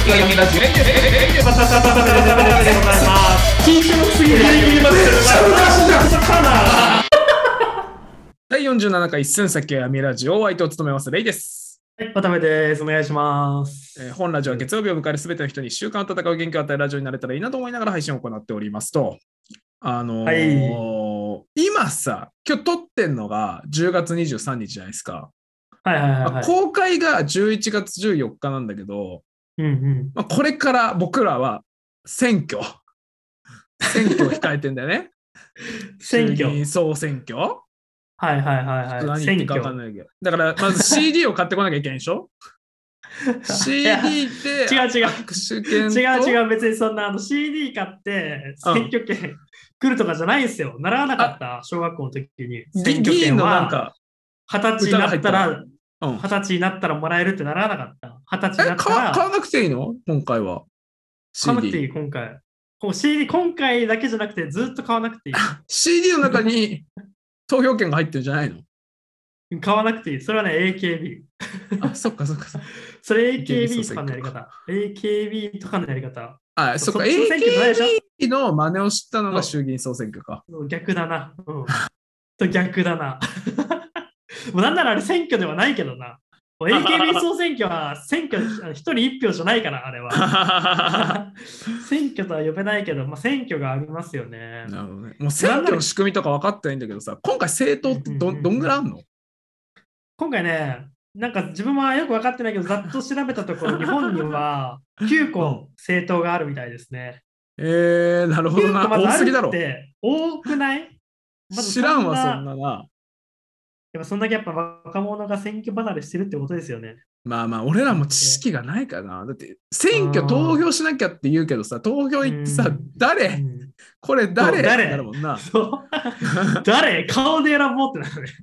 きがみラジオ緊張すぎる第47回一寸先アミラジオ相手を務めますレイです。 はい、渡部です。お願いします。 本ラジオは月曜日を迎えるすべての人に1週間戦う元気を与えるラジオになれたらいいなと思いながら配信を行っておりますと、 はい、 今さ、今日撮ってんのが10月23日じゃないですか。公開が11月14日なんだけど、これから僕らは選挙を控えてんだよね。 選挙。 衆議院総選挙。 何言ってか分かんないけど。だからまず CD を買ってこなきゃいけないでしょ。CD って違う握手券と違う別にそんなCD 買って選挙権来るとかじゃないんですよ。習わなかった小学校の時に選挙権は20歳になったら20歳になったらもらえるって習わなかった。20歳になったら買わなくていいの今回は。 買わなくていい今回。CD 今回だけじゃなくてずっと買わなくていい。 CD の中に投票権が入ってるんじゃないの？ 買わなくていい。それはね、AKB。 そっか。 それ AKB とかのやり方。AKB とかのやり方。 そっか。AKB の真似を知ったのが衆議院総選挙か。 逆だな。逆だな。もうなんならあれ選挙ではないけどな。AKB 総選挙は選挙一人一票じゃないから、あれは。選挙とは呼べないけど、選挙がありますよね。 なるほどね。もう選挙の仕組みとか分かってないんだけどさ、今回政党ってどんぐらいあんの？今回ね、なんか自分はよく分かってないけど、ざっと調べたところ、日本には9個政党があるみたいですね。 なるほどな。多すぎだろ。 多くない？ 知らんわ、そんなな。 そんだけやっぱ若者が選挙離れしてるってことですよね。 俺らも知識がないからな。だって選挙投票しなきゃって言うけどさ、投票行ってさ、これ誰ってなるもんな。 誰顔で選ぼうってなるね。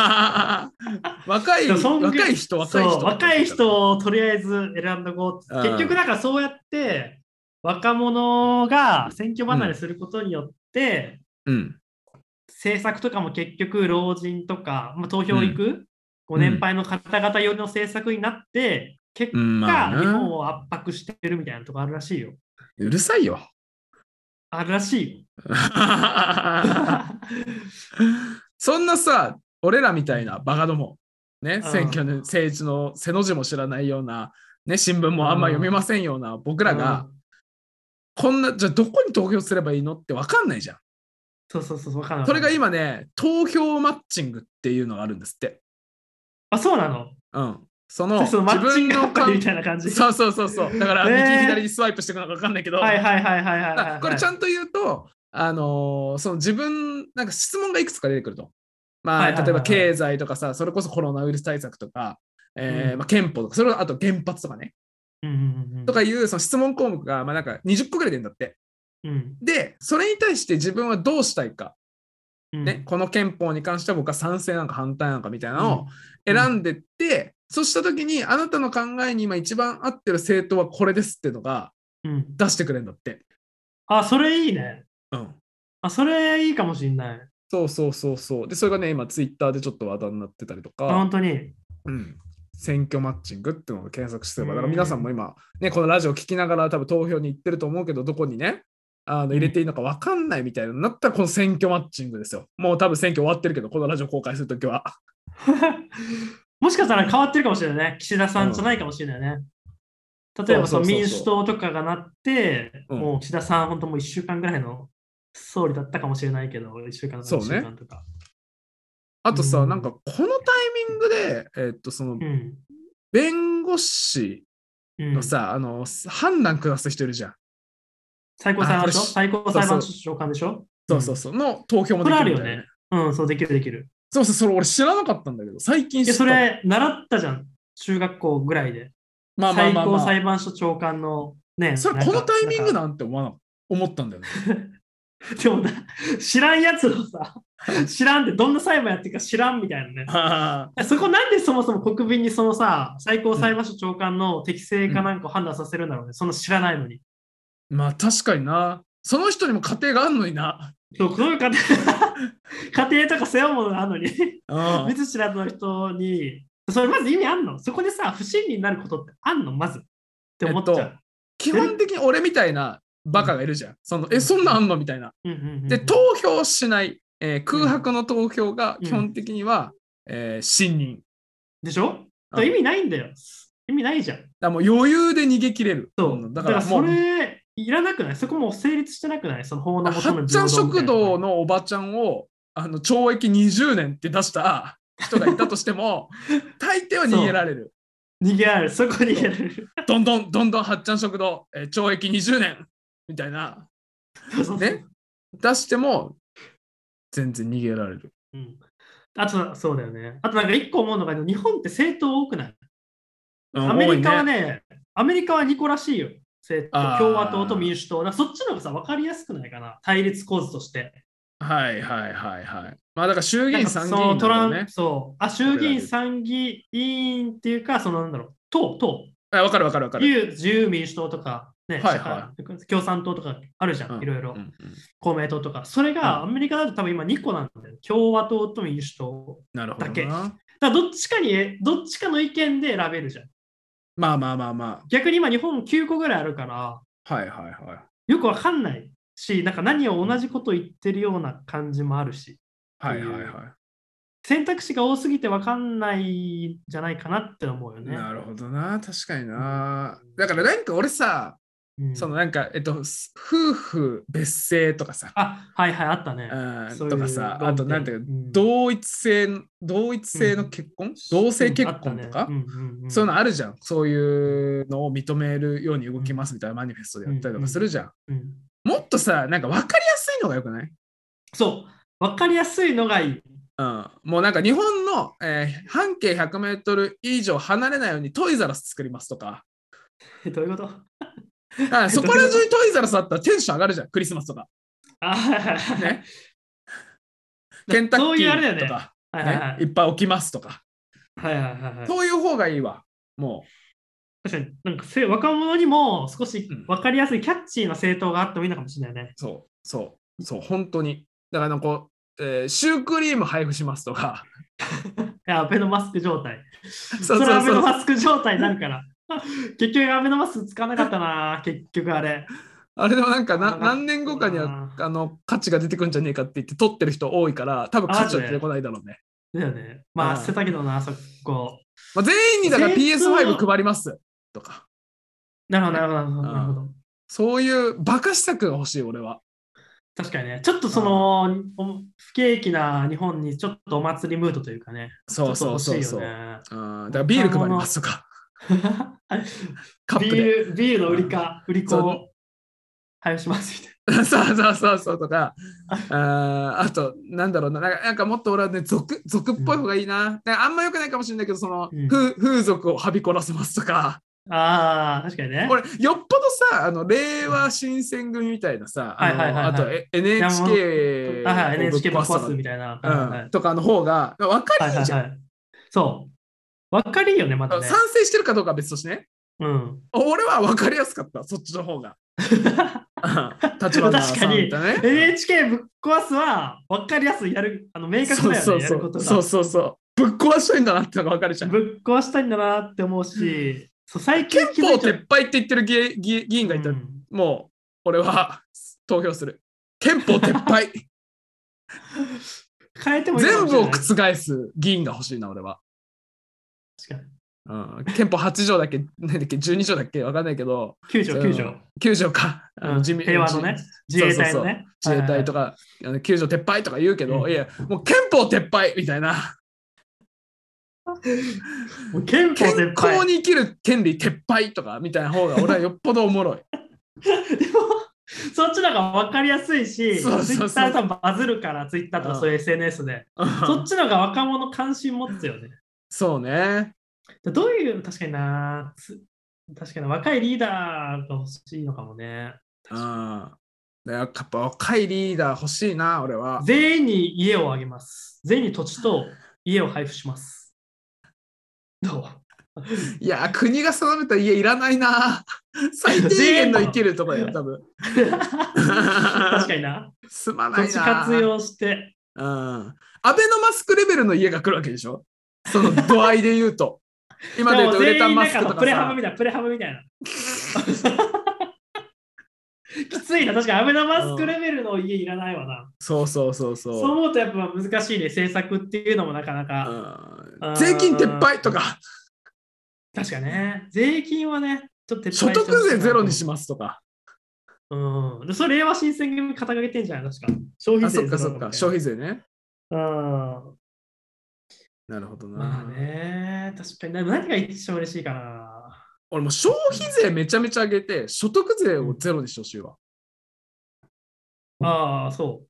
若い人をとりあえず選んどこう。結局なんかそうやって若者が選挙離れすることによって、政策とかも結局老人とか、投票行く、ご年配の方々寄りの政策になって、結果、日本を圧迫してるみたいなとこあるらしいよ。 うるさいよ。 あるらしいよ。 そんなさ、俺らみたいなバカども、ね、選挙の政治の背の字も知らないような、ね、新聞もあんま読みませんような僕らが、じゃあどこに投票すればいいのって分かんないじゃん。 そう、分かんない。 それが今ね、投票マッチングっていうのがあるんですって。 あ、そうなの？ その自分のアプリみたいな感じ。 そう。だから右左にスワイプしていくのか分かんないけど、これちゃんと言うと、その自分なんか質問がいくつか出てくると。例えば経済とかさ、それこそコロナウイルス対策とか、憲法とか、それあと原発とかね。とかいうその質問項目がなんか20個ぐらい出るんだって。で、それに対して自分はどうしたいか、この憲法に関しては僕は賛成なんか反対なんかみたいなのを選んでって、そうしたときにあなたの考えに今一番合ってる政党はこれですっていうのが出してくれるんだって。 それいいね。それいいかもしれない。 そう。で、それがね、今ツイッターでちょっと話題になってたりとか。 本当に。 選挙マッチングっていうのを検索してれば、だから皆さんも今、ね、このラジオ聞きながら多分投票に行ってると思うけど、どこにね、入れていいのか分かんないみたいになったら、この選挙マッチングですよ。もう多分選挙終わってるけど、このラジオ公開するときは。 もしかしたら変わってるかもしれないね。岸田さんじゃないかもしれないね。例えば民主党とかがなって、もう岸田さん、本当もう1週間ぐらいの総理だったかもしれないけど、1週間とか2週間とか。 あとさ、なんかこのタイミングで、その、弁護士のさ、判断下す人いるじゃん。 最高裁判所長官でしょ？ そう。の投票もできる。 これあるよね。そう、できる。 そう、それ俺知らなかったんだけど、最近知った。 それ習ったじゃん。中学校ぐらいで。最高裁判所長官のね。 それこのタイミングなんて思ったんだよね。 でも知らんやつをさ、知らんってどんな裁判やってるか知らんみたいなね。そこなんでそもそも国民にそのさ、最高裁判所長官の適正かなんか判断させるんだろうね。そんな知らないのに。 確かにな。その人にも家庭があるのにな。 そう、家庭とか背負うものがあるのに、見ず知らずの人に、それまず意味あんの？そこでさ、不信になることってあんの？まず。って思っちゃう。 基本的に俺みたいなバカがいるじゃん。そんなんあんのみたいな。で、投票しない、空白の投票が基本的には、信任。 でしょ？意味ないんだよ。意味ないじゃん。 だもう余裕で逃げ切れる。 だからそれいらなくない？そこも成立してなくない？その法の求める。はっちゃん食堂のおばちゃんを懲役20年って出した人がいたとしても、大抵は逃げられる。 逃げられる。そこ逃げられる。 どんどんはっちゃん食堂、懲役20年みたいな。ね。出しても全然逃げられる。 あと、そうだよね。あとなんか一個思うのが、日本って政党多くない？アメリカはね、アメリカは2個らしいよ。共和党と民主党。そっちの方がさ、分かりやすくないかな。対立構図として。 はいはいはいはい。まあだから衆議院参議院だね。 衆議院参議院っていうか、なんだろう、党。 わかる。 自由民主党とか、ね、共産党とかあるじゃん、いろいろ。公明党とか。それがアメリカだと多分今2個なんだよ。共和党と民主党だけ。だからどっちかの意見で選べるじゃん。 まあ。 逆に今日本9個ぐらいあるから、よくわかんないし、なんか何を同じこと言ってるような感じもあるし。選択肢が多すぎてわかんないんじゃないかなって思うよね。 なるほどな、確かにな。だからなんか俺さ、なんか、夫婦別姓とかさ。 あったね。 とかさ、あとなんていうか、同一性の結婚、同性結婚とか、そういうのあるじゃん。そういうのを認めるように動きますみたいなマニフェストでやったりとかするじゃん。もっとさ、なんか分かりやすいのがよくない？ そう、分かりやすいのがいい。 もうなんか日本の、半径100メートル以上離れないようにトイザらス作りますとか。 どういうこと？ そこら中にトイザらスあったらテンション上がるじゃん、クリスマスとか。ね。ケンタッキーとか、いっぱい置きますとか。そういう方がいいわ、もう。確かに、なんか若者にも少し分かりやすいキャッチーな政党があってもいいのかもしれないね。 そう、本当に。だからシュークリーム配布しますとか。 アベノマスク状態。それアベノマスク状態になるから。結局アベノマスク使わなかったな、結局あれ。 あれでもなんか何年後かには価値が出てくるんじゃねえかって言って取ってる人多いから、多分価値は出てこないだろうね。 だよね。まあ、捨てたけどな、そこ。 全員にだから PS5 配りますとか。 なるほど。 そういうバカ施策が欲しい、俺は。 確かにね。ちょっと不景気な日本にちょっとお祭りムードというかね。 そう。だからビール配りますとか。 ビールの売り子を配布しますみたいな。そうとか。あと、なんだろうな。なんかもっと俺はね、族っぽい方がいいな。あんま良くないかもしれないけど、風俗をはびこらせますとか。 確かにね。 俺、よっぽどさ、令和新選組みたいなさ、あと NHK ぶっ壊すみたいな。 とかの方が分かりいいじゃん。 そう。分かりいいよね、まだね。 賛成してるかどうかは別としてね。俺は分かりやすかった、そっちの方が。 確かに NHK ぶっ壊すは分かりやすい、明確だよね、やることが。 そう。ぶっ壊したいんだなってのが分かるじゃん。 ぶっ壊したいんだなって思うし、 最近憲法撤廃って言ってる議員がいたら、もう俺は投票する。憲法撤廃変えてもいい全部を覆す議員が欲しいな、俺は。 確かに。 憲法8条だっけ、何だっけ、12条だっけ、わかんないけど、 9条か。 平和のね、自衛隊のね。 自衛隊とか、9条撤廃とか言うけど、いや、もう憲法撤廃みたいな。 健康に生きる権利撤廃とかみたいな方が俺はよっぽどおもろい。 でもそっちの方が分かりやすいし、ツイッター多分バズるから、ツイッターとかそういう SNS で。そっちの方が若者関心持つよね。 そうね。 どういう、確かに若いリーダーが欲しいのかもね。 やっぱ若いリーダー欲しいな、俺は。 全員に家をあげます。全員に土地と家を配布します。どう？ いや、国が定めた家いらないな。最低限の生きるところよ、多分。 確かにな。 すまないな。 土地活用して。 アベノマスクレベルの家が来るわけでしょ、その度合いで言うと。今で言うとウレタンマスクとかさ。 プレハブみたいな。 ついな。確かにアベノマスクレベルの家いらないわな。 そう。そう思うとやっぱ難しいね、政策っていうのもなかなか。 税金撤廃とか。 確かね。税金はね、ちょっと撤廃所得税ゼロにしますとか。 それ令和新選組掲げてんじゃない確か。消費税ゼロ。 そっか。消費税ね。なるほどな。 まあね、確かに何が一番嬉しいかな。 俺も消費税めちゃめちゃ上げて、所得税をゼロにしてほしいわ。 そう。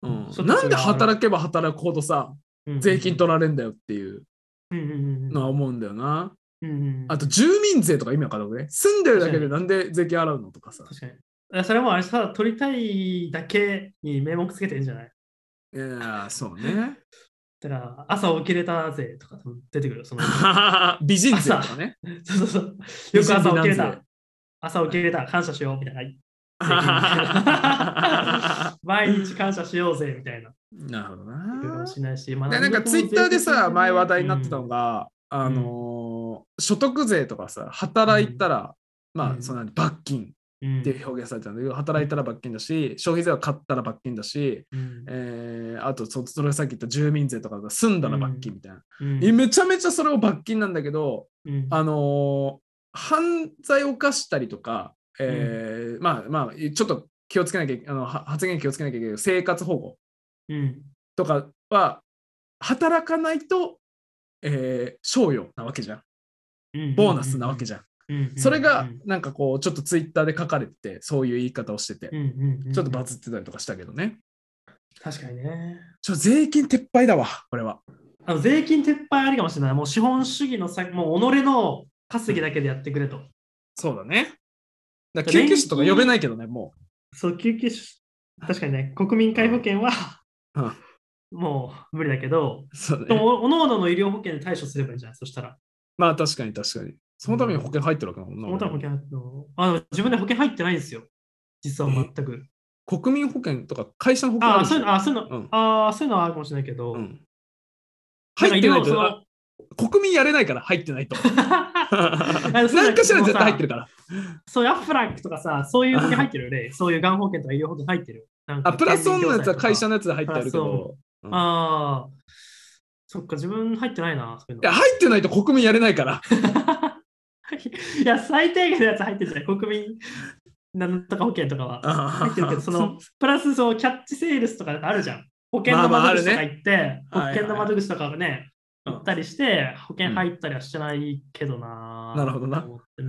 なんで働けば働くほどさ、税金取られんだよっていうのは思うんだよな。あと住民税とか意味わかんないね。住んでるだけでなんで税金払うのとかさ。 確かに。それもあれさ、取りたいだけに名目つけてるんじゃない？ いや、そうね。 だから朝起きれたぜとか出てくる。 美人税とかね。 そう。よく朝起きれた。朝起きれた。感謝しようみたいな。毎日感謝しようぜみたいな。 なるほどな。 なんかツイッターでさ、前話題になってたのが、所得税とかさ、働いたら、その罰金っていう表現されてたんだけど、働いたら罰金だし、消費税は買ったら罰金だし、あとそれさっき言った住民税とかが住んだら罰金みたいな。めちゃめちゃそれを罰金なんだけど、犯罪を犯したりとか、ちょっと気をつけなきゃ、発言気をつけなきゃいけないけど、生活保護とかは働かないと、賞与なわけじゃん。ボーナスなわけじゃん。それがなんかこうちょっとツイッターで書かれてて、そういう言い方をしてて、ちょっとバズってたりとかしたけどね。 確かにね。 税金撤廃だわ、これは。 税金撤廃ありかもしれない。もう資本主義のもう己の稼ぎだけでやってくれと。 そうだね。救急車とか呼べないけどね、もう。そう、救急車。確かにね、国民皆保険は、もう無理だけど、おのおのの医療保険で対処すればいいんじゃない？そしたら。 まあ確かに。そのために保険入ってるわけだもんな。 そのために保険入ってる自分で保険入ってないんですよ。実は全く。 国民保険とか会社の保険あるそういうのはあるかもしれないけど。 入ってないと。国民やれないから入ってないと。何かしら絶対入ってるから。 そういうアフラックとかさ、そういう保険入ってるよね。そういうがん保険とか医療保険入ってる。 プラスオンのやつは会社のやつで入ってあるけど。 そっか、自分入ってないな。 いや、入ってないと国民やれないから。 いや、最低限のやつ入ってるじゃない。国民なんとか保険とかは入ってるけど、プラスキャッチセールスとかあるじゃん。保険の窓口とか行って、保険の窓口とかがね、行ったりして、保険入ったりはしてないけどな。 なるほどな。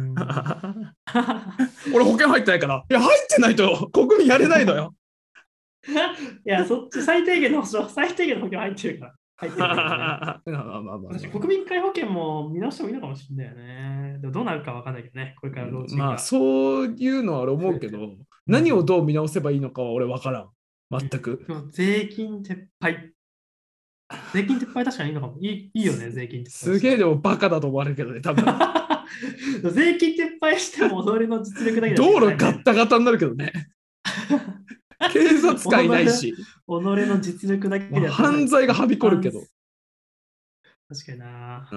俺保険入ってないから。いや、入ってないと国民やれないのよ。 いや、そっち最低限の保険入ってるから。入ってるからね。国民皆保険も見直してもいいのかもしれないよね。でもどうなるか分かんないけどね。これから老人が。 そういうのは俺思うけど、何をどう見直せばいいのかは俺分からん。全く。 税金撤廃。税金撤廃確かにいいのかも。いいよね、税金撤廃。 すげえでもバカだと思われるけどね、多分。 税金撤廃してもそれの実力だけ道路ガッタガタになるけどね。警察官いないし。 己の実力だけで犯罪がはびこるけど。 確かにな。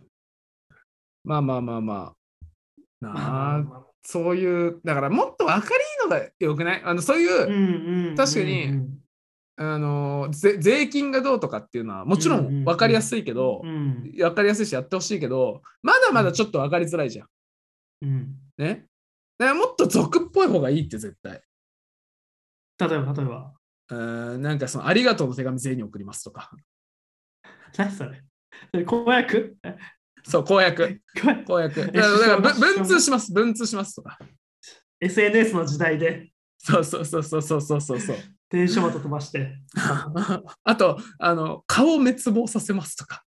そういう、だからもっと分かりいいのがよくないそういう、確かに、税金がどうとかっていうのはもちろん分かりやすいけど、分かりやすいしやってほしいけど、まだまだちょっと分かりづらいじゃん。ね。だからもっと俗っぽい方がいいって絶対。 例えば。 なんかありがとうの手紙全員に送りますとか。 何それ？公約？ そう、公約。だから文通しますとか。 SNS の時代で。 そう。 電書バト飛ばして。 あと、顔を滅亡させますとか。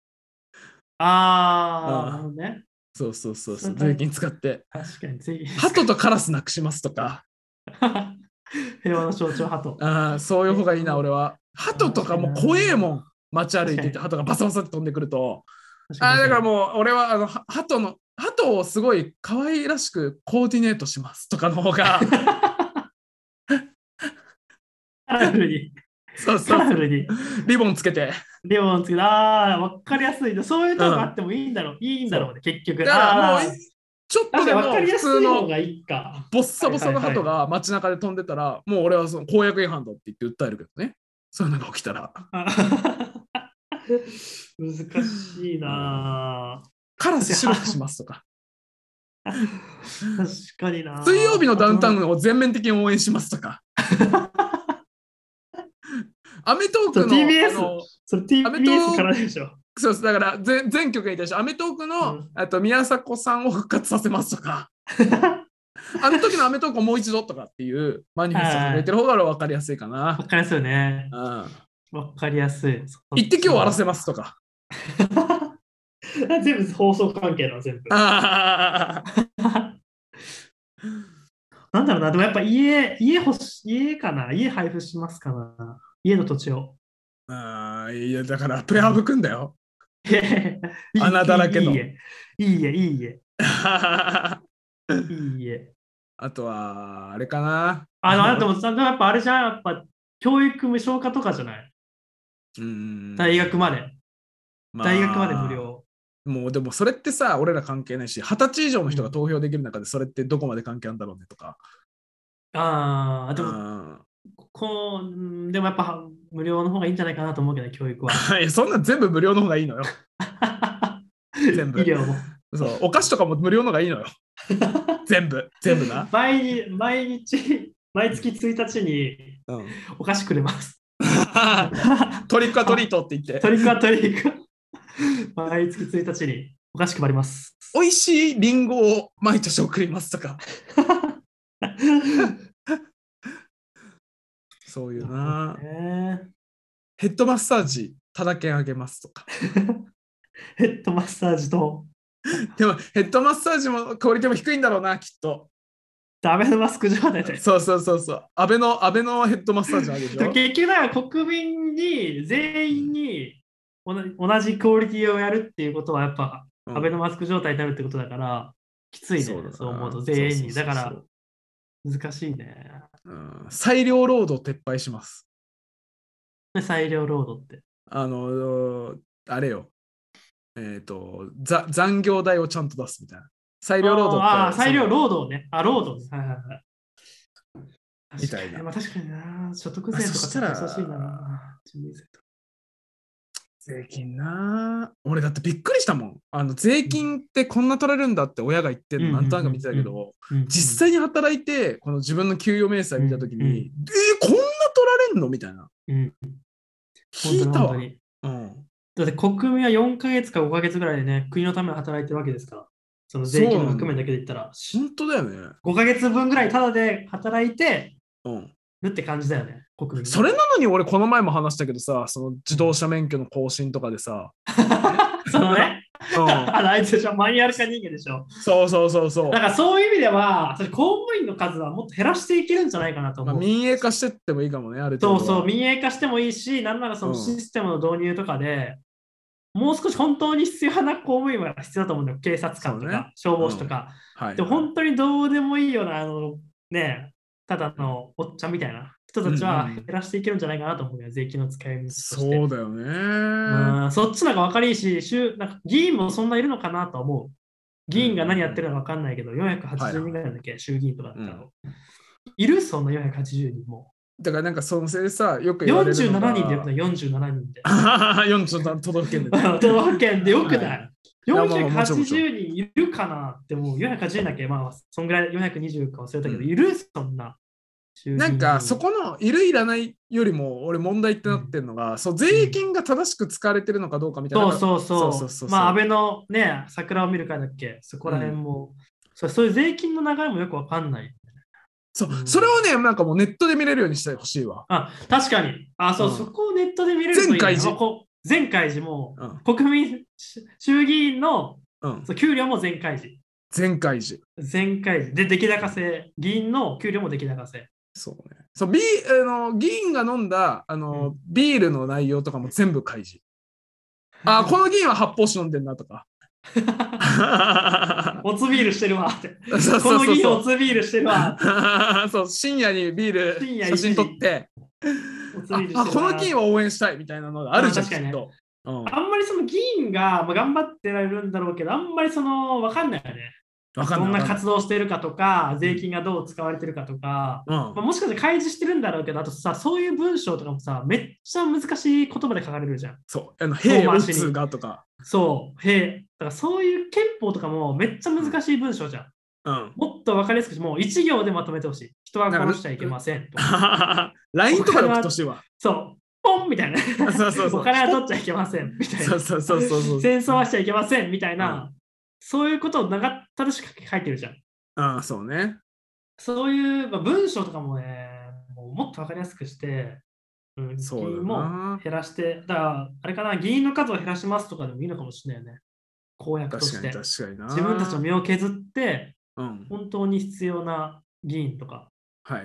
なるほどね。 そう。税金使って。 確かに税金。 鳩とカラスなくしますとか。 平和の象徴、鳩。 そういう方がいいな、俺は。鳩とかも怖えもん。街歩いてて、鳩がバサバサって飛んでくると。だからもう、俺は鳩をすごい可愛らしくコーディネートしますとかの方が。 カラフルに。 そう。 カラフルに。 リボンつけて。 わかりやすい。そういうのがあってもいいんだろうね、結局。 だからもうちょっとでも普通のボッサボサの鳩が街中で飛んでたら、もう俺はその公約違反だって言って訴えるけどね。そういうのが起きたら。 難しいな。 カラス白くしますとか。 確かにな。 水曜日のダウンタウンを全面的に応援しますとか。アメトークの TBS からでしょ。 そうです。だから全局に対してアメトークの、宮迫さんを復活させますとか。あの時のアメトークをもう一度とかっていうマニフェストが出てる方が分かりやすいかな。 分かりやすいよね。分かりやすい。 言って今日終わらせますとか。 全部放送関係の全部。なんだろうな、でもやっぱ家かな、家配布しますかな、家の土地を。 いや、だからプレハブくんだよ。穴だらけの。いい家。 あとは、あれかな。 でもやっぱあれじゃん、やっぱ教育無償化とかじゃない。大学まで。大学まで無料。 もうでもそれってさ、俺ら関係ないし、20歳以上の人が投票できる中でそれってどこまで関係あるんだろうねとか。 でもやっぱ無料の方がいいんじゃないかなと思うけど、教育は。 そんな全部無料の方がいいのよ。全部。 医療も。 そう、お菓子とかも無料の方がいいのよ。全部な。 毎月1日にお菓子くれます。 トリックアトリートって言って。 トリックアトリート。毎月1日にお菓子配ります。 美味しいリンゴを毎年送りますとか。そういうな。ヘッドマッサージ、ただけあげますとか。 ヘッドマッサージと。 でも、ヘッドマッサージもクオリティも低いんだろうな、きっと。 アベノマスク状態で。 そう。アベノヘッドマッサージあげるよ。 結局は国民に、全員に同じクオリティをやるっていうことは、やっぱ、アベノマスク状態になるってことだから、きついね。そう思うと、全員に。だから、難しいね。 裁量労働撤廃します。 裁量労働って。 あれよ。残業代をちゃんと出すみたいな。裁量労働って。 裁量労働ね。労働ね。はい。 みたいな。 確かにな。所得税とかって優しいな。 税金な。俺だってびっくりしたもん。税金ってこんな取られるんだって親が言ってるのなんとなく見てたけど、実際に働いてこの自分の給与明細見たときに、こんな取られんのみたいな。聞いたわ。 だって国民は4ヶ月か5ヶ月ぐらいでね、国のために働いてるわけですから。その税金も含めだけで言ったら。 本当だよね。 5ヶ月分ぐらいタダで働いてるって感じだよね、国民。 それなのに俺この前も話したけどさ、その自動車免許の更新とかでさ。 そのね、あいつでしょ、マニュアル化人間でしょ。 そう。 だからそういう意味では、公務員の数はもっと減らしていけるんじゃないかなと思う。 民営化してってもいいかもね、ある程度。 そう、民営化してもいいし、なんならそのシステムの導入とかで、もう少し本当に必要な公務員は必要だと思うんだよ。警察官とか、消防士とか。で本当にどうでもいいような、ただのおっちゃんみたいな人たちは減らしていけるんじゃないかなと思うよ、税金の使い道として。 そうだよね。 そっちの方が分かりいいし、なんか議員もそんないるのかなと思う。議員が何やってるのか分かんないけど、480人ぐらいだっけ、衆議院とかだったら。いるそんな480人も。 だからなんかそのせいでさ、よく言われるのが 47人でよくない ?47 人で。 47都道府県で、ね。 都道府県でよくない、480人いるかなってもう480人だけ、そんぐらい420か忘れたけど、いるそんな。 なんかそこのいるいらないよりも俺問題ってなってるのが、税金が正しく使われてるのかどうかみたいな。 そう。安倍のね、桜を見る会だっけ、そこら辺も、そういう税金の流れもよくわかんない。 それをね、なんかもうネットで見れるようにしてほしいわ。 確かに。そこをネットで見れるといい、ね。全開示も、国民、衆議院の、給料も全開示。 全開示。 で、出来高制。議員の給料も出来高制。 そうね。議員が飲んだビールの内容とかも全部開示。この議員は発泡酒飲んでんなとか。 おつビールしてるわって。この議員おつビールしてるわ。 深夜にビール写真撮って、この議員を応援したいみたいなのがあるじゃん。 確かにね。あんまりその議員が頑張ってられるんだろうけど、あんまり分かんないよね。 どんな活動してるかとか、税金がどう使われてるかとか、もしかして開示してるんだろうけど、あとさ、そういう文章とかもさ、めっちゃ難しい言葉で書かれるじゃん。 そう、兵を通がとか。 そう、だからそういう憲法とかもめっちゃ難しい文章じゃん。もっと分かりやすくもう1行でまとめてほしい。人は殺しちゃいけませんとか。 LINE とかの年は。 そう、ポンみたいな。お金は取っちゃいけませんみたいな。戦争はしちゃいけませんみたいな。そういうことを長ったらしく書いてるじゃん。 ああ、そうね。 そういう、文章とかもね、もっと分かりやすくして、議員も減らして、だから、あれかな、議員の数を減らしますとかでもいいのかもしれないよね。公約として。自分たちの身を削って、本当に必要な議員とか。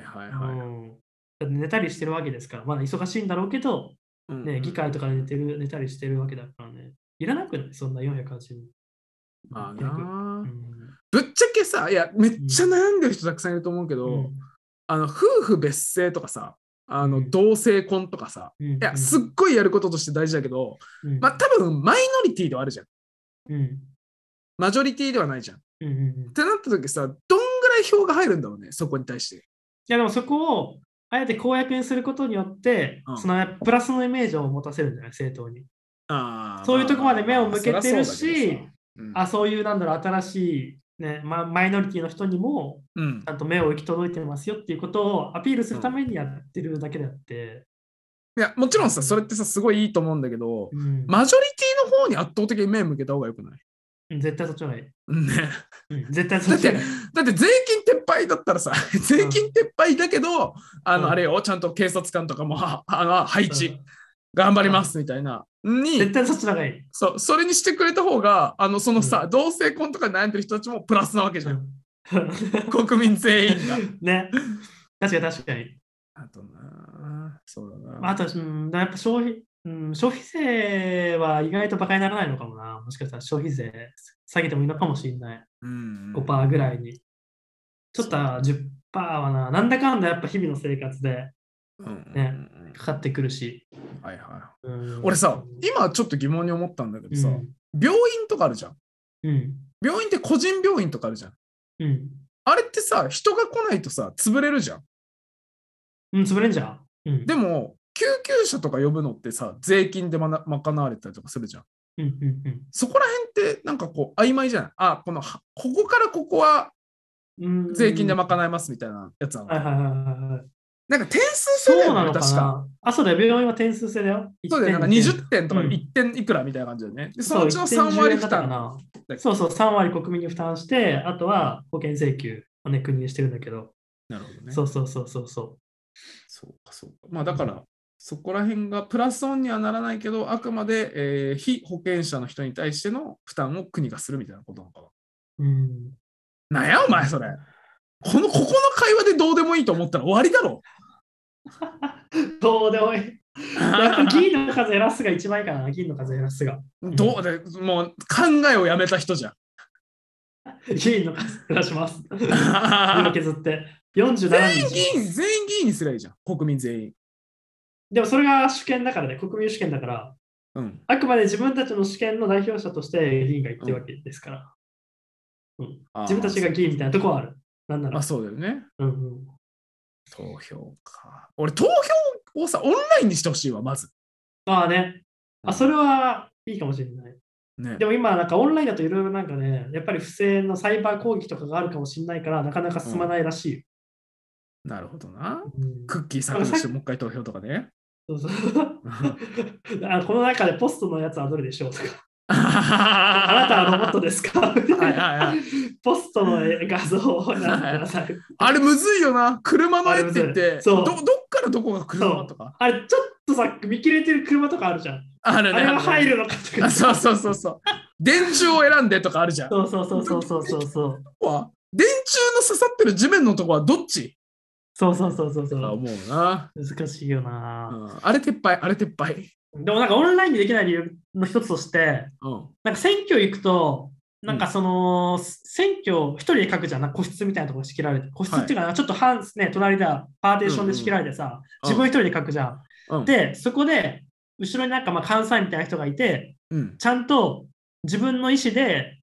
寝たりしてるわけですから、まだ忙しいんだろうけど、議会とかで寝たりしてるわけだからね。いらなくない？そんな480人。 まあな、ぶっちゃけさ、いや、めっちゃ悩んでる人たくさんいると思うけど、夫婦別姓とかさ、同性婚とかさ、いや、すっごいやることとして大事だけど、まあ多分マイノリティではあるじゃん。マジョリティではないじゃん。ってなった時さ、どんぐらい票が入るんだろうね、そこに対して。いや、でもそこを、あえて公約にすることによって、そのプラスのイメージを持たせるんじゃない、政党に。そういうとこまで目を向けてるし、そういう新しい、マイノリティの人にもちゃんと目を行き届いてますよっていうことをアピールするためにやってるだけであって、 いやもちろんさ、それってさすごいいいと思うんだけど、マジョリティの方に圧倒的に目を向けた方がよくない？ 絶対そっちの方がいい。 絶対そっちの方がいい。だって税金撤廃だったらさ、税金撤廃だけど、あれよ、ちゃんと警察官とかも配置頑張りますみたいな。 絶対そっちの方がいい。 それにしてくれた方が、そのさ、同性婚とか悩んでる人たちもプラスなわけじゃん。国民全員が。 ね。確かに。 あとな、そうだな。あと、やっぱ消費税は意外とバカにならないのかもな。もしかしたら消費税下げてもいいのかもしれない。5% ぐらいに。ちょっと10% はな、なんだかんだやっぱ日々の生活で、かかってくるし。 俺さ、今ちょっと疑問に思ったんだけどさ、病院とかあるじゃん。病院って個人病院とかあるじゃん。あれってさ、人が来ないとさ、潰れるじゃん。 潰れんじゃん。 でも、救急車とか呼ぶのってさ、税金で賄われたりとかするじゃん。そこら辺ってなんかこう曖昧じゃない？ここからここは税金で賄いますみたいなやつなの。なんか点数制だよね、確か。 そうだよ、病院は点数制だよ。 そうだよ、なんか20点とか1点いくらみたいな感じだよね。そのうちの3割負担。 そうそう、3割国民に負担して、あとは保険請求をね、国にしてるんだけど。 なるほどね。 そう。 そうか。まあだから、そこら辺がプラスオンにはならないけど、あくまで、非保険者の人に対しての負担を国がするみたいなことなのかな。なんやお前それ。ここの会話でどうでもいいと思ったら終わりだろ。 どうでもいい。やっぱ議員の数減らすが一番いいかな、議員の数減らすが。 どうで、もう考えをやめた人じゃん。 議員の数減らします。今削って。47人。 全員議員にすればいいじゃん、国民全員。 でもそれが主権だからね、国民主権だから、あくまで自分たちの主権の代表者として議員が言ってるわけですから。自分たちが議員みたいなとこはある。なんなら。 そうだよね。投票か。俺、投票をさ、オンラインにしてほしいわ、まず。 それはいいかもしれない。でも今、なんかオンラインだといろいろなんかね、やっぱり不正のサイバー攻撃とかがあるかもしれないから、なかなか進まないらしい。 なるほどな。クッキー削除してもう一回投票とかね。 この中でポストのやつはどれでしょうとか。あなたはロボットですかポストの画像を選んでください。 あれむずいよな。車の絵って言って、どっからどこが車とか。 あれちょっとさ、見切れてる車とかあるじゃん。あれは入るのかとか。 そう。電柱を選んでとかあるじゃん。 そう。 電柱の刺さってる地面のとこはどっち？ そう。 思うな。 難しいよな。 あれ撤廃。 でもなんかオンラインでできない理由の一つとして、なんか選挙行くと、なんかその、選挙一人で書くじゃん。個室みたいなところ仕切られて。個室っていうかな、ちょっと隣でパーテーションで仕切られてさ、自分一人で書くじゃん。で、そこで、後ろになんか監査員みたいな人がいて、ちゃんと自分の意思で、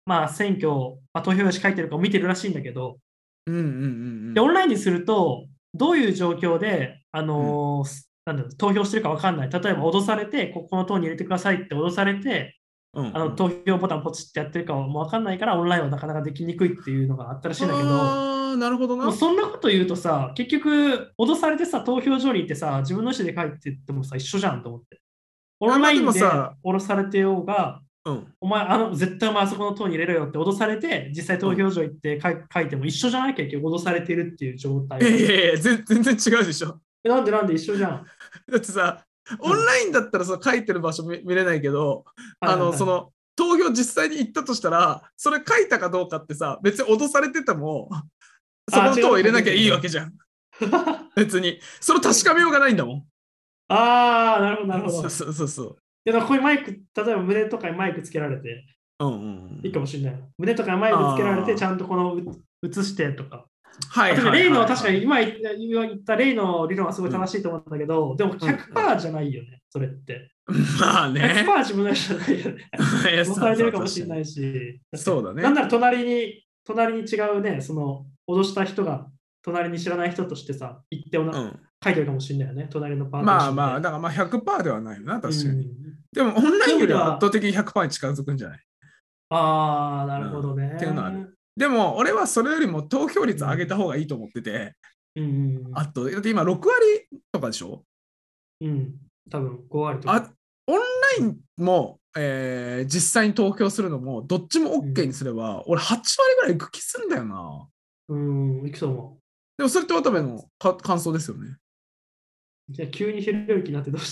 まあ、選挙、まあ、投票用紙書いてるかを見てるらしいんだけど、で、オンラインにすると、どういう状況で、なんだろう、投票してるか分かんない。例えば、脅されて、ここの党に入れてくださいって脅されて、投票ボタンポチってやってるかも分かんないから、オンラインはなかなかできにくいっていうのがあったらしいんだけど、 なるほどな。 もうそんなこと言うとさ、結局、脅されてさ、投票所に行ってさ、自分の意思で書いてってもさ、一緒じゃんと思って。オンラインで脅されてようが、お前、絶対お前あそこの党に入れろよって脅されて、実際投票所行って書いても一緒じゃない結局脅されてるっていう状態。 全然違うでしょ。 なんで一緒じゃん。 だってさ、オンラインだったらさ、書いてる場所見れないけど、その、投票実際に行ったとしたら、それ書いたかどうかってさ、別に脅されてても、そこの党を入れなきゃいいわけじゃん。別に。それ確かめようがないんだもん。 ああ、なるほど、なるほど。 そう。 いや、ここにマイク、例えば胸とかにマイクつけられて、いいかもしれない。胸とかにマイクつけられて、ちゃんとこの映してとか。レイの、確かに今言ったレイの理論はすごい正しいと思うんだけど、でも100%じゃないよね、それって。 まあね。 100% 自分の意思じゃないよね。脅されてるかもしれないし。 そうだね。 なんなら隣に違うね、その脅した人が隣に知らない人としてさ、行って書いてるかもしれないよね、隣のパーティー。 まあ、だからまあ 100% ではないよな、確かに。でもオンラインよりは圧倒的に 100% に近づくんじゃない？ ああ、なるほどね。 っていうのはある。でも俺はそれよりも投票率上げた方がいいと思ってて、あと、だって今6割とかでしょ？ 多分5割とか。 オンラインも、実際に投票するのも、どっちも OK にすれば、俺8割ぐらい行く気すんだよな。 行くと思う。 でもそれって渡部の感想ですよね。 じゃあ急にひろゆきになってどうした？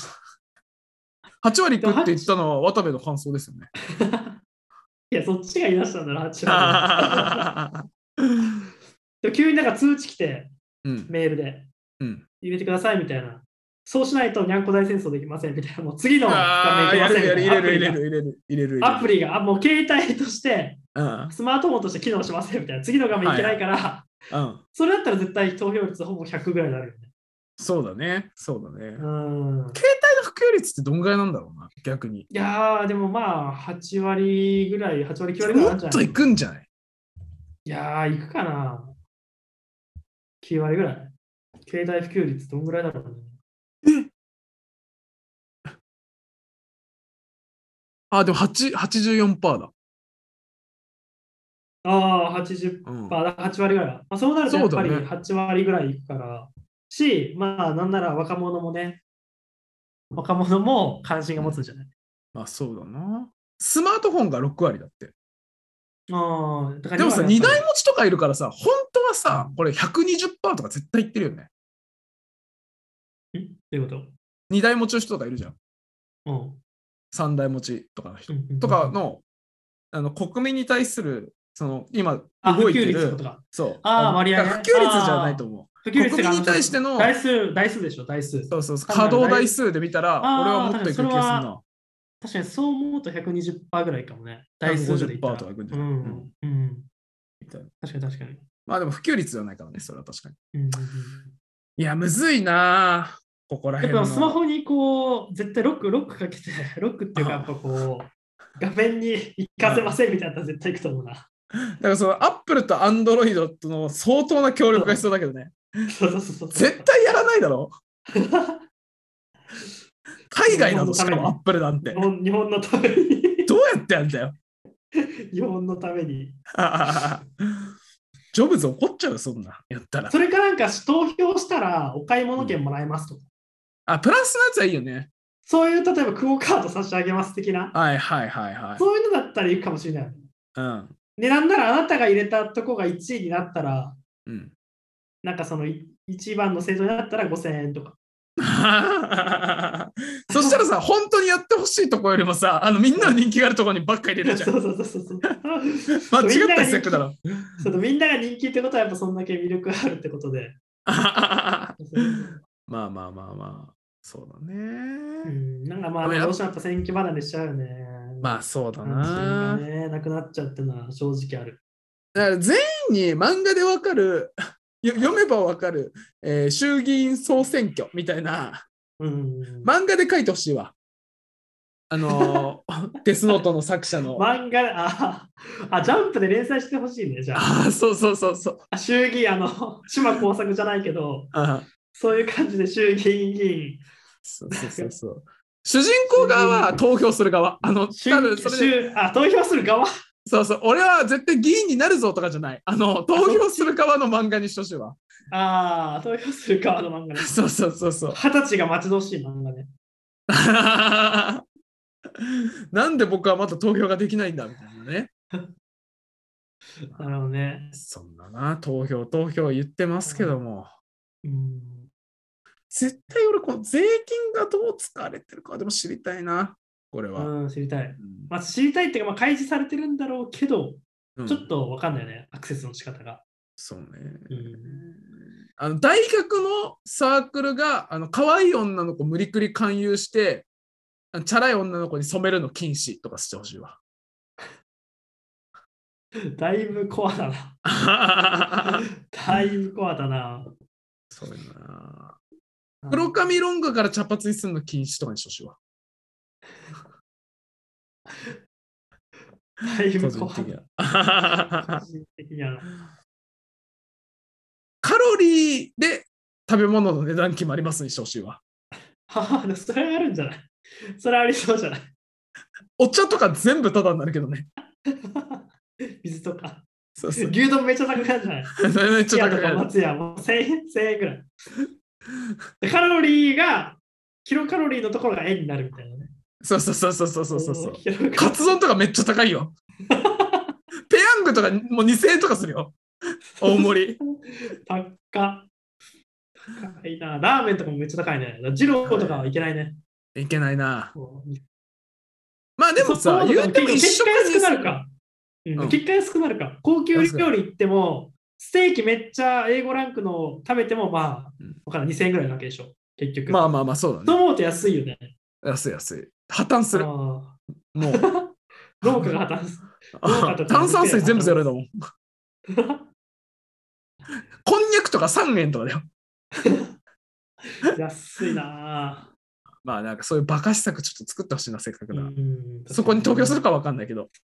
8 割行くって言ったのは渡部の感想ですよね。 いや、そっちが言い出したんだな、8割。でも急になんか通知来て、メールで、入れてくださいみたいな。そうしないとにゃんこ大戦争できませんみたいな。もう次の画面行きませんみたいな。 入れる。 アプリが、もう携帯として、スマートフォンとして機能しませんみたいな。次の画面行けないから、それだったら絶対投票率ほぼ100ぐらいになるよね。 そうだね。携帯の普及率ってどんぐらいなんだろうな、逆に。 いやー、でもまあ、8割ぐらい、8割、9割ぐらいなんじゃない？ もっといくんじゃない？ いやー、いくかな。9割ぐらい。携帯普及率どんぐらいだろうね。 でも84%だ。 80%、8割ぐらい。そうなるとやっぱり8割ぐらいいくから。なんなら若者も関心が持つんじゃない？ まあそうだな。スマートフォンが6割だって。 でもさ、2台持ちとかいるからさ、本当はさ、これ 120% とか絶対言ってるよね。 どういうこと？ 2 台持ちの人とかいるじゃん。3台持ちとかの人とかの、国民に対する、今動いてる、そう。 割合。 普及率じゃないと思う。国民に対しての台数でしょ、台数。 そう。稼働台数で見たら、俺はもっといく気がするな。 確かにそう思うと 120% ぐらいかもね。台数で言ったら。 150% とかいくんじゃない？ 確かに。 まあでも普及率じゃないからね、それは確かに。いや、むずいなここら辺の。 やっぱスマホにこう、絶対ロックかけて、ロックっていうか、やっぱこう、画面に行かせませんみたいなの絶対行くと思うな。だからそのアップルとアンドロイドとの相当な協力が必要だけどね。絶対やらないだろ。海外なのしかもアップルなんて。 日本のために。 どうやってやんだよ。 日本のために。 ジョブズ怒っちゃう、そんな。やったら。 それかなんか投票したらお買い物券もらえますとか。 プラスのやつはいいよね。 そういう、例えばクオカード差し上げます的な。そういうのだったらいいかもしれない。で、なんならあなたが入れたとこが1位になったら、なんかその1番の制度になったら5000円とか。 そしたらさ、本当にやってほしいとこよりもさ、みんなの人気があるところにばっかり入れるじゃん。 そう。 間違った施策だろ。 みんなが人気ってことはやっぱそんだけ魅力があるってことで。 まあ、そうだね。 なんかどうしてもやっぱ選挙離れしちゃうよね。 まあそうだな。 なくなっちゃうっていうのは正直ある。 だから全員に漫画でわかる読めばわかる、衆議院総選挙みたいな、漫画で書いてほしいわ。 デスノートの作者の。 漫画、ジャンプで連載してほしいね、じゃあ。そう。 衆議院、島耕作じゃないけど、そういう感じで衆議院議員。 そう。主人公側は投票する側。多分それで投票する側。 そう。俺は絶対議員になるぞとかじゃない。投票する側の漫画にしてほしいわ。 投票する側の漫画ね。 そう。 20歳が待ち遠しい漫画ね。 なんで僕はまだ投票ができないんだみたいなね。 なるほどね。 そんなな、投票言ってますけども。絶対俺、この税金がどう使われてるかでも知りたいな、これは。 知りたい。知りたいっていうか、開示されてるんだろうけど、ちょっとわかんないよね、アクセスの仕方が。 そうね。大学のサークルが可愛い女の子無理くり勧誘して、チャラい女の子に染めるの禁止とかしてほしいわ。 だいぶコアだな。だいぶコアだな。 そうやな。黒髪ロングから茶髪にするの禁止とかにしてほしいわ。 だいぶコア。 個人的には。カロリーで食べ物の値段決まりますにしてほしいわ。 それあるんじゃない？それありそうじゃない？ お茶とか全部タダになるけどね。 水とか。 そう。 牛丼めっちゃ高くなるんじゃない？ めっちゃ高くなる。 松屋もう1000円ぐらい。カロリーが、キロカロリーのところが円になるみたいなね。 そう。カツ丼とかめっちゃ高いよ。ペヤングとかもう2000円とかするよ。大盛り。 高いな。ラーメンとかもめっちゃ高いね。ジローとかはいけないね。 いけないな。まあでもさ、 言うても結果安くなるか。結果安くなるか。高級料理行っても、ステーキめっちゃ A5 ランクの食べても、わからん2000円ぐらいなわけでしょ。結局。 まあ、そうだね。 と思うと安いよね。 安い。破綻する。もう。 農家が破綻する。 炭酸水全部ゼロだもん。こんにゃくとか3円とかだよ。 安いな。 まあなんかそういうバカ施策ちょっと作ってほしいな、せっかくな。そこに投票するか分かんないけど。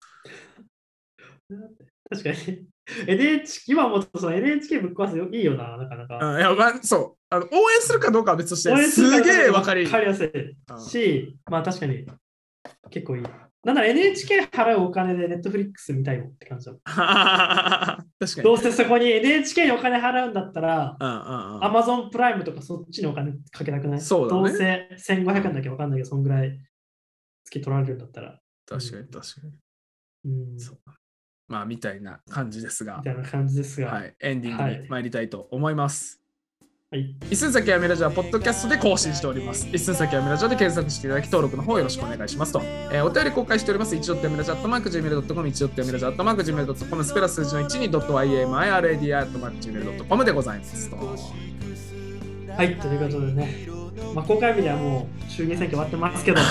確かに。今もその NHK ぶっ壊すいいよな、なかなか。 いや、そう。応援するかどうかは別として、すげえ分かりやすいし、まあ確かに結構いい。なんなら NHK 払うお金で Netflix 見たいもんって感じだもん。確かに。 どうせそこに NHK にお金払うんだったら、Amazon プライムとかそっちにお金かけたくない？ そうだね。 どうせ1500円だけわかんないけど、そんぐらい月取られるんだったら。 確かに。そう。まあ、みたいな感じですが。はい。エンディングに参りたいと思います。はい。一寸先アメラジオはポッドキャストで更新しております。一寸先アメラジオで検索していただき登録の方よろしくお願いしますと。お便り公開しております。1.amiraj@gmail.com 1.amiraj@gmail.com スペラ数字の1に .yamirad@gmail.com でございますと。 はい、ということでね、公開日ではもう衆議院選挙終わってますけど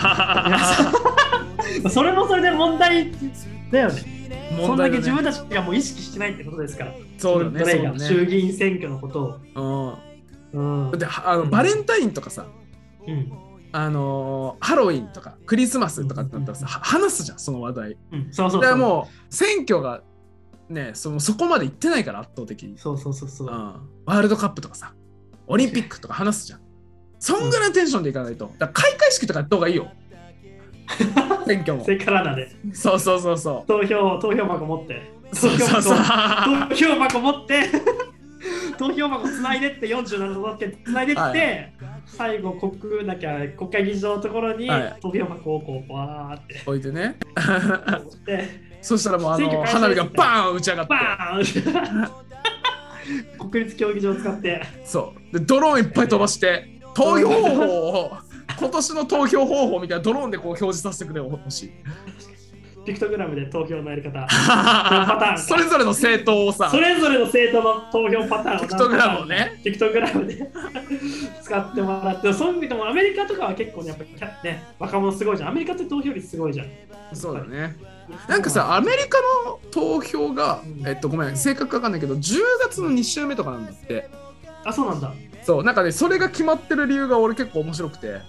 それもそれで問題だよね。そんだけ自分たちがもう意識してないってことですから。 そうだね。 衆議院選挙のことを。 でバレンタインとかさ、ハロウィンとかクリスマスとかってなったらさ、話すじゃん、その話題。だからもう選挙がね、そこまで行ってないから圧倒的に。 そう。 ワールドカップとかさ、オリンピックとか話すじゃん。そんぐらいのテンションでいかないと。だから開会式とかやった方がいいよ。選挙も。 それからだね。 そう。 投票箱持って。投票箱持って、投票箱つないでって47都道府県つないでって、最後国会議事堂のところに投票箱をこうバーって置いてね。そしたらもう花火がバーン打ち上がって。 国立競技場を使って。 そうでドローンいっぱい飛ばして投票方法を今年の投票方法みたいなドローンでこう表示させてくれほしい。 ピクトグラムで投票のやり方パターンそれぞれの政党をさ、 それぞれの政党の投票パターンをピクトグラムをね、 ピクトグラムで使ってもらって、そう見てもアメリカとかは結構ね、やっぱね、若者すごいじゃん。アメリカって投票率すごいじゃん。 そうだね。なんかさ、アメリカの投票が、ごめん、正確かわかんないけど、10月の2週目とかなんだって。 あ、そうなんだ。 そう、なんかね、それが決まってる理由が俺結構面白くて、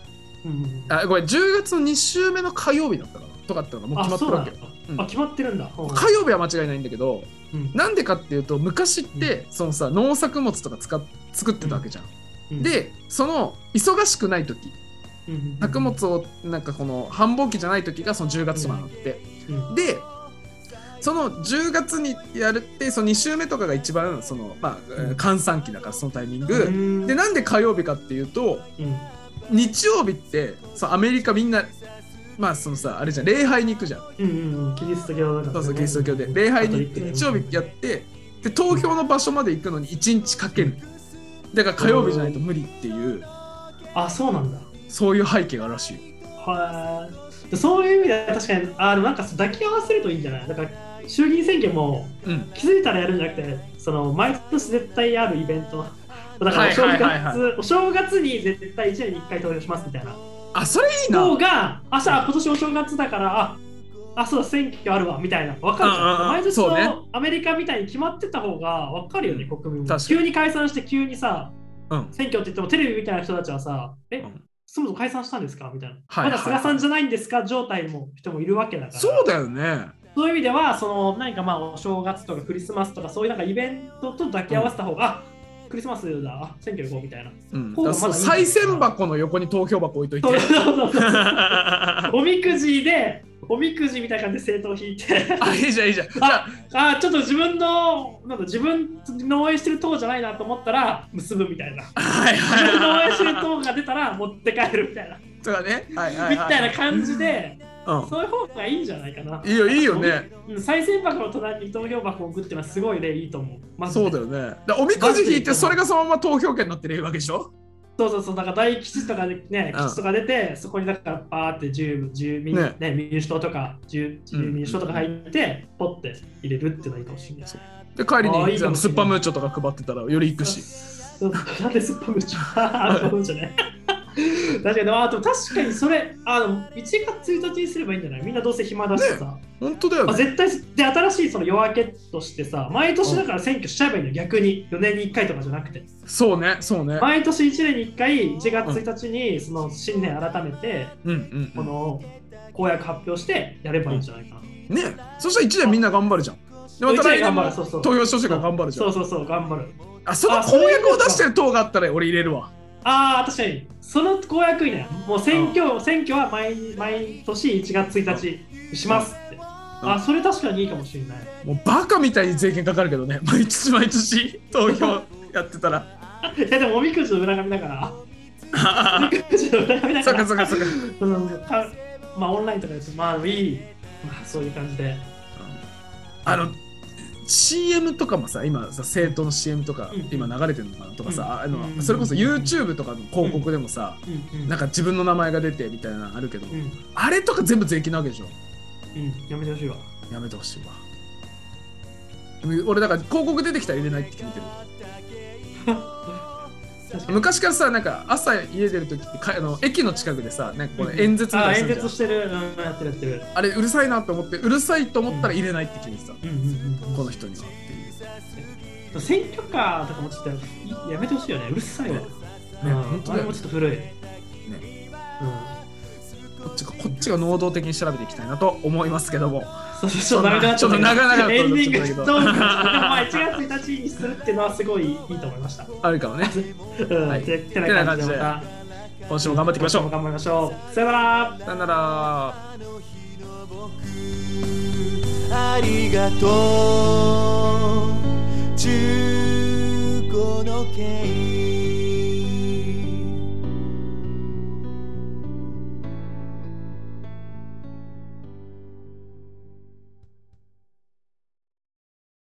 これ10月の2週目の火曜日だったかなとかってのがもう決まってるわけ。 決まってるんだ。 火曜日は間違いないんだけど、なんでかっていうと昔ってそのさ農作物とか作ってたわけじゃん。でその忙しくない時、作物をなんかこの繁忙期じゃない時がその10月とかなって、でその10月にやるってその2週目とかが一番その閑散期だからそのタイミングで、なんで火曜日かっていうと、日曜日ってそのアメリカみんなそのさあれじゃん礼拝に行くじゃん。 キリスト教だから、 そうキリスト教で礼拝に行って日曜日やってで投票の場所まで行くのに1日かける。だから火曜日じゃないと無理っていう。 そうなんだ。 そういう背景があるらしい。 そういう意味では確かになんか抱き合わせるといいんじゃない。だから衆議院選挙も気づいたらやるんじゃなくて、その毎年絶対あるイベントだからお正月に絶対1年に1回投票しますみたいな。それいいな。方が今年お正月だからそうだ選挙あるわみたいな分かるじゃん。毎年のアメリカみたいに決まってた方が分かるよね、国民も。急に解散して急にさ、選挙って言ってもテレビみたいな人たちはさそもそも解散したんですかみたいな、まだ菅さんじゃないんですか状態の人もいるわけだから。 そうだよね。 そういう意味ではその何かお正月とかクリスマスとかそういうなんかイベントと抱き合わせた方が、クリスマスだ選挙行こうみたいな、 賽銭箱の横に投票箱置いといておみくじみたいな感じで政党引いていいじゃんいいじゃん。 ちょっと自分の応援してる党じゃないなと思ったら結ぶみたいな、自分の応援してる党が出たら持って帰るみたいなとかね、 みたいな感じで、そういう方がいいんじゃないかな。 いいよね。 賽銭箱の隣に投票箱を置くっていうのはすごいいいと思う。 そうだよね。おみくじ引いてそれがそのまま投票権になってるわけでしょ。 そうなんか大吉とかでね、吉とか出て、そこにだからパーって民主党とか自由民主党とか入ってポッて入れるっていうのがいいかもしれない。 で帰りにスッパムーチョとか配ってたらより行くし。 なんでスッパムーチョそうじゃね。確かにそれ1月1日にすればいいんじゃない。みんなどうせ暇だしさ。 本当だよね。 絶対で新しいその夜明けとしてさ、毎年だから選挙しちゃえばいいのよ、逆に4年に1回とかじゃなくて。 そうね。 毎年1年に1回1月1日にその新年改めてこの公約発表してやればいいんじゃないかな。 ね、そしたら1年みんな頑張るじゃん。でまた来年も投票してほしいから頑張るじゃん。 そう頑張る。 その公約を出してる党があったら俺入れるわ。 確かにその公約いいね。もう選挙は毎年1月1日にしますって。それ確かにいいかもしれない。 もうバカみたいに税金かかるけどね、毎年投票やってたら。 でもおみくじの裏紙だから。おみくじの裏紙だから。 そうか。 オンラインとかですいい。そういう感じで。 CM とかもさ、今さ政党の CM とか今流れてるのかなとかさ、それこそ YouTube とかの広告でもさ、なんか自分の名前が出てみたいなのあるけど、あれとか全部税金なわけでしょ。 やめてほしいわ。 やめてほしいわ。俺だから広告出てきたら入れないって決めてる。昔からさ、なんか朝家出るときって駅の近くでさ、なんかこれ演説みたいな演説してる、やってる。 あれうるさいなと思って、うるさいと思ったら入れないって決めてた。この人にはっていう。選挙カーとかもちょっとやめてほしいよね。うるさいわ。本当にもちょっと古い。 こっちが能動的に調べていきたいなと思いますけども。 ちょっと長々 エンディングと1月1日にするっていうのはすごいいいと思いました。 あるかもね。てな感じで今週も頑張っていきましょう。 さよなら。 ありがとう。中古の